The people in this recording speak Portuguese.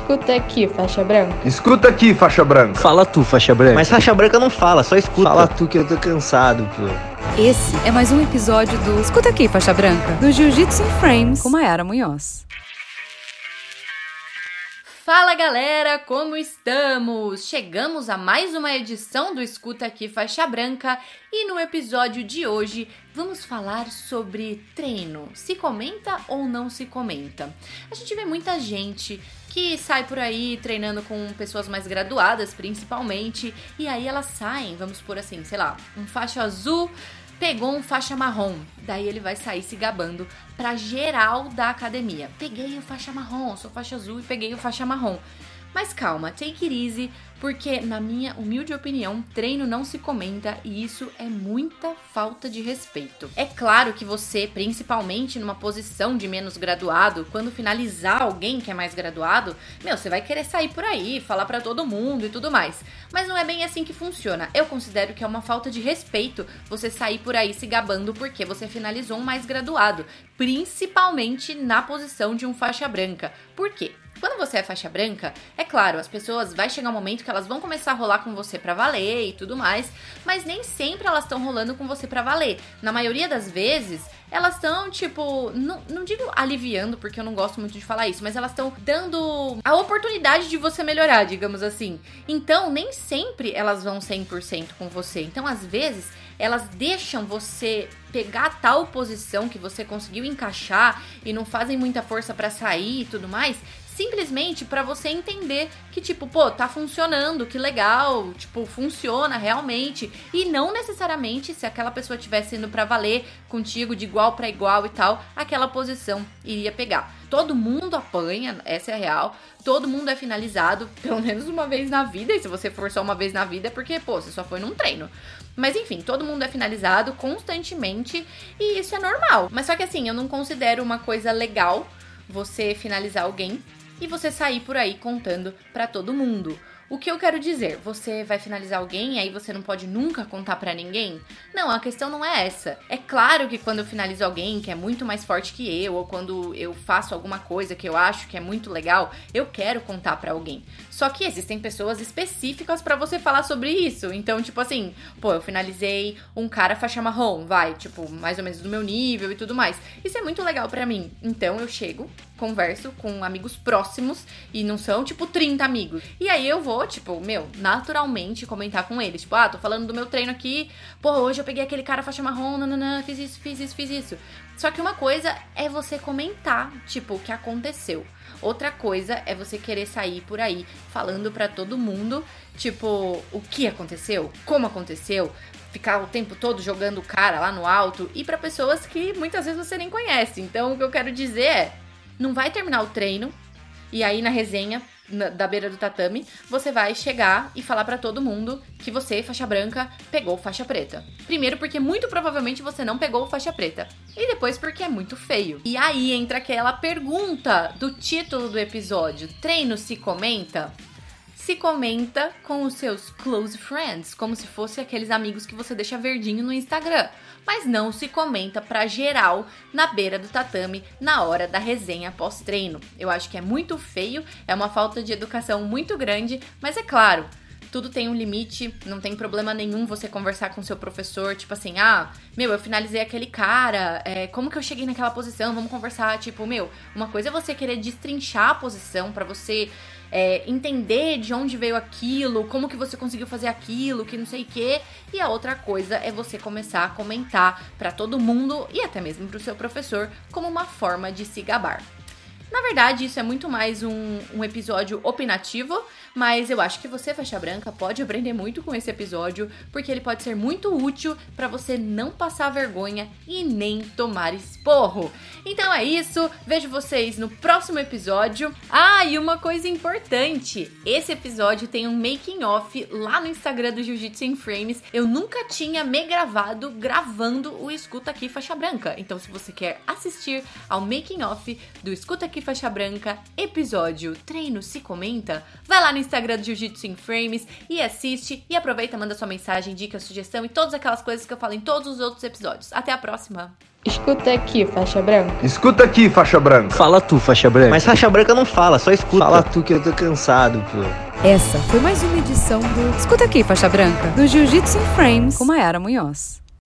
Escuta aqui, faixa branca. Escuta aqui, faixa branca. Fala tu, faixa branca. Mas faixa branca não fala, só escuta. Fala tu que eu tô cansado, pô. Esse é mais um episódio do Escuta Aqui, Faixa Branca, do Jiu-Jitsu in Frames, com Mayara Munhoz. Fala galera, como estamos? Chegamos a mais uma edição do Escuta Aqui Faixa Branca e no episódio de hoje vamos falar sobre treino. Se comenta ou não se comenta? A gente vê muita gente que sai por aí treinando com pessoas mais graduadas principalmente e aí elas saem, vamos por assim, sei lá, um faixa azul pegou um faixa marrom, daí ele vai sair se gabando pra geral da academia. Peguei o faixa marrom, sou faixa azul e peguei o faixa marrom. Mas calma, take it easy, porque na minha humilde opinião, treino não se comenta e isso é muita falta de respeito. É claro que você, principalmente numa posição de menos graduado, quando finalizar alguém que é mais graduado, você vai querer sair por aí, falar pra todo mundo e tudo mais. Mas não é bem assim que funciona. Eu considero que é uma falta de respeito você sair por aí se gabando porque você finalizou um mais graduado, principalmente na posição de um faixa branca. Por quê? Quando você é faixa branca, é claro, as pessoas vai chegar um momento que elas vão começar a rolar com você pra valer e tudo mais, mas nem sempre elas estão rolando com você pra valer. Na maioria das vezes, elas estão, tipo, não digo aliviando, porque eu não gosto muito de falar isso, mas elas estão dando a oportunidade de você melhorar, digamos assim. Então, nem sempre elas vão 100% com você. Então, às vezes, elas deixam você pegar tal posição que você conseguiu encaixar e não fazem muita força pra sair e tudo mais, simplesmente pra você entender que, tipo, pô, tá funcionando, que legal, tipo, funciona realmente. E não necessariamente, se aquela pessoa estivesse indo pra valer contigo de igual pra igual e tal, aquela posição iria pegar. Todo mundo apanha, essa é a real. Todo mundo é finalizado, pelo menos uma vez na vida. E se você for só uma vez na vida, é porque, pô, você só foi num treino. Mas enfim, todo mundo é finalizado constantemente e isso é normal. Mas só que assim, eu não considero uma coisa legal você finalizar alguém e você sair por aí contando pra todo mundo. O que eu quero dizer? Você vai finalizar alguém e aí você não pode nunca contar pra ninguém? Não, a questão não é essa. É claro que quando eu finalizo alguém que é muito mais forte que eu, ou quando eu faço alguma coisa que eu acho que é muito legal, eu quero contar pra alguém. Só que existem pessoas específicas pra você falar sobre isso. Então, tipo assim, pô, eu finalizei um cara faixa marrom, vai, tipo, mais ou menos do meu nível e tudo mais. Isso é muito legal pra mim. Então eu chego, converso com amigos próximos e não são, tipo, 30 amigos. E aí eu vou, tipo, naturalmente comentar com eles. Tipo, tô falando do meu treino aqui, pô, hoje eu peguei aquele cara faixa marrom, nananã, fiz isso. Só que uma coisa é você comentar, tipo, o que aconteceu. Outra coisa é você querer sair por aí falando pra todo mundo, tipo, o que aconteceu, como aconteceu, ficar o tempo todo jogando o cara lá no alto e pra pessoas que muitas vezes você nem conhece. Então, o que eu quero dizer é, não vai terminar o treino e aí na resenha da beira do tatame, você vai chegar e falar pra todo mundo que você, faixa branca, pegou faixa preta. Primeiro porque muito provavelmente você não pegou faixa preta. E depois porque é muito feio. E aí entra aquela pergunta do título do episódio. Treino se comenta? Se comenta com os seus close friends, como se fosse aqueles amigos que você deixa verdinho no Instagram. Mas não se comenta pra geral na beira do tatame na hora da resenha pós-treino. Eu acho que é muito feio, é uma falta de educação muito grande, mas é claro, tudo tem um limite, não tem problema nenhum você conversar com seu professor, tipo assim, eu finalizei aquele cara, como que eu cheguei naquela posição, vamos conversar, tipo, uma coisa é você querer destrinchar a posição pra você entender de onde veio aquilo, como que você conseguiu fazer aquilo, que não sei o que, e a outra coisa é você começar a comentar pra todo mundo e até mesmo pro seu professor como uma forma de se gabar. Na verdade, isso é muito mais um episódio opinativo, mas eu acho que você, faixa branca, pode aprender muito com esse episódio, porque ele pode ser muito útil pra você não passar vergonha e nem tomar esporro. Então é isso, vejo vocês no próximo episódio. E uma coisa importante, esse episódio tem um making off lá no Instagram do Jiu-Jitsu in Frames. Eu nunca tinha me gravando o Escuta Aqui Faixa Branca, então se você quer assistir ao making off do Escuta Aqui Aqui Faixa Branca, episódio Treino se comenta? Vai lá no Instagram do Jiu-Jitsu in Frames e assiste e aproveita, manda sua mensagem, dica, sugestão e todas aquelas coisas que eu falo em todos os outros episódios. Até a próxima! Escuta aqui, faixa branca. Escuta aqui, faixa branca. Fala tu, faixa branca. Mas faixa branca não fala, só escuta. Fala tu que eu tô cansado, pô. Essa foi mais uma edição do Escuta Aqui, Faixa Branca, do Jiu-Jitsu in Frames, com Mayara Munhoz.